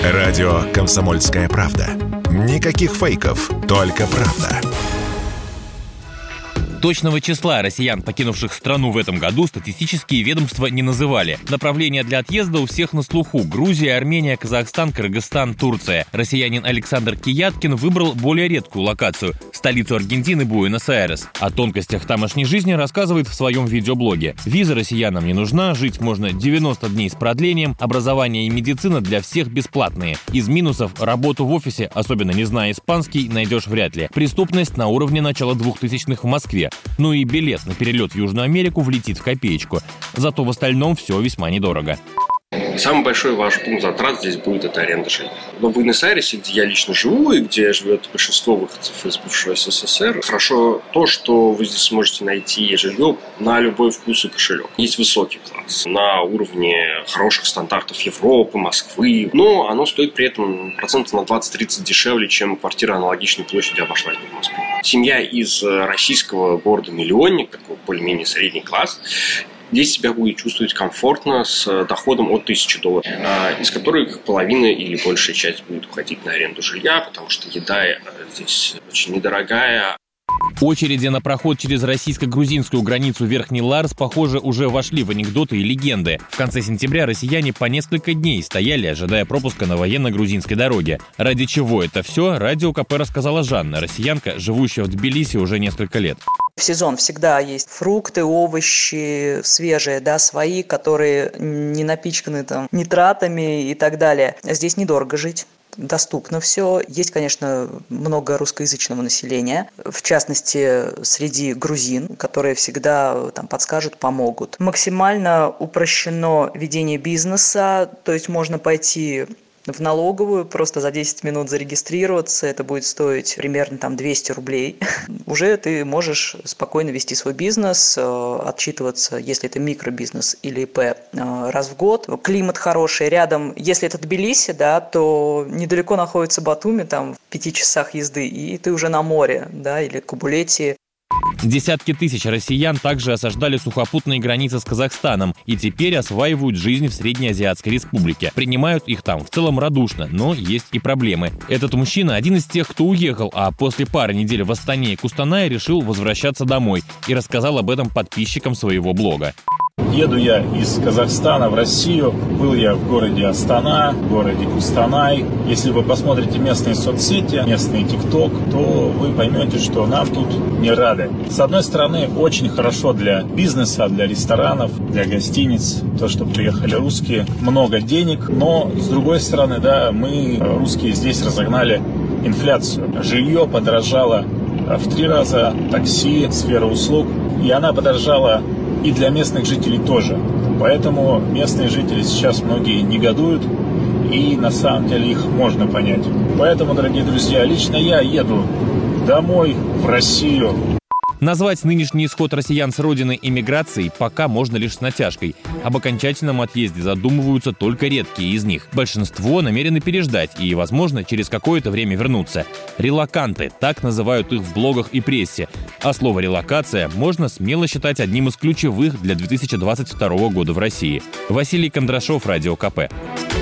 Радио «Комсомольская правда». Никаких фейков, только правда. Точного числа россиян, покинувших страну в этом году, статистические ведомства не называли. Направления для отъезда у всех на слуху: Грузия, Армения, Казахстан, Кыргызстан, Турция. Россиянин Александр Кияткин выбрал более редкую локацию – столицу Аргентины Буэнос-Айрес. О тонкостях тамошней жизни рассказывает в своем видеоблоге. Виза россиянам не нужна, жить можно 90 дней с продлением, образование и медицина для всех бесплатные. Из минусов – работу в офисе, особенно не зная испанский, найдешь вряд ли. Преступность на уровне начала 2000-х в Москве. Ну и билет на перелет в Южную Америку влетит в копеечку. Зато в остальном все весьма недорого. Самый большой ваш пункт затрат здесь будет это аренда жилья. Но в Буэнос-Айресе, где я лично живу и где живет большинство выходцев из бывшего СССР, хорошо то, что вы здесь сможете найти жилье на любой вкус и кошелек. Есть высокий класс на уровне хороших стандартов Европы, Москвы, но оно стоит при этом процентов на 20-30 дешевле, чем квартира аналогичной площади обошлась в Москве. Семья из российского города-миллионник, такой более-менее средний класс, здесь себя будет чувствовать комфортно с доходом от $1000, из которых половина или большая часть будет уходить на аренду жилья, потому что еда здесь очень недорогая. Очереди на проход через российско-грузинскую границу Верхний Ларс, похоже, уже вошли в анекдоты и легенды. В конце сентября россияне по несколько дней стояли, ожидая пропуска на военно-грузинской дороге. Ради чего это все, Радио КП рассказала Жанна, россиянка, живущая в Тбилиси уже несколько лет. В сезон всегда есть фрукты, овощи свежие, да, свои, которые не напичканы там нитратами и так далее. Здесь недорого жить. Доступно все. Есть, конечно, много русскоязычного населения, в частности, среди грузин, которые всегда там подскажут, помогут. Максимально упрощено ведение бизнеса, то есть можно пойти в налоговую, просто за 10 минут зарегистрироваться, это будет стоить примерно там 200 рублей. Уже ты можешь спокойно вести свой бизнес, отчитываться, если это микробизнес или ИП, раз в год. Климат хороший, рядом, если это Тбилиси, да, то недалеко находится Батуми, там в 5 часах езды, и ты уже на море, да, или Кабулете. Десятки тысяч россиян также осаждали сухопутные границы с Казахстаном и теперь осваивают жизнь в Среднеазиатской республике. Принимают их там в целом радушно, но есть и проблемы. Этот мужчина один из тех, кто уехал, а после пары недель в Астане и Кустанае решил возвращаться домой и рассказал об этом подписчикам своего блога. Еду я из Казахстана в Россию. Был я в городе Астана, в городе Кустанай. Если вы посмотрите местные соцсети, местный ТикТок, то вы поймете, что нам тут не рады. С одной стороны, очень хорошо для бизнеса, для ресторанов, для гостиниц, то, что приехали русские, много денег. Но, с другой стороны, да, мы, русские, здесь разогнали инфляцию. Жилье подорожало в 3 раза, такси, сфера услуг. И она подорожала и для местных жителей тоже. Поэтому местные жители сейчас многие негодуют, и на самом деле их можно понять. Поэтому, дорогие друзья, лично я еду домой, в Россию. Назвать нынешний исход россиян с родины эмиграцией пока можно лишь с натяжкой. Об окончательном отъезде задумываются только редкие из них. Большинство намерены переждать и, возможно, через какое-то время вернуться. Релоканты – так называют их в блогах и прессе. А слово «релокация» можно смело считать одним из ключевых для 2022 года в России. Василий Кондрашов, Радио КП.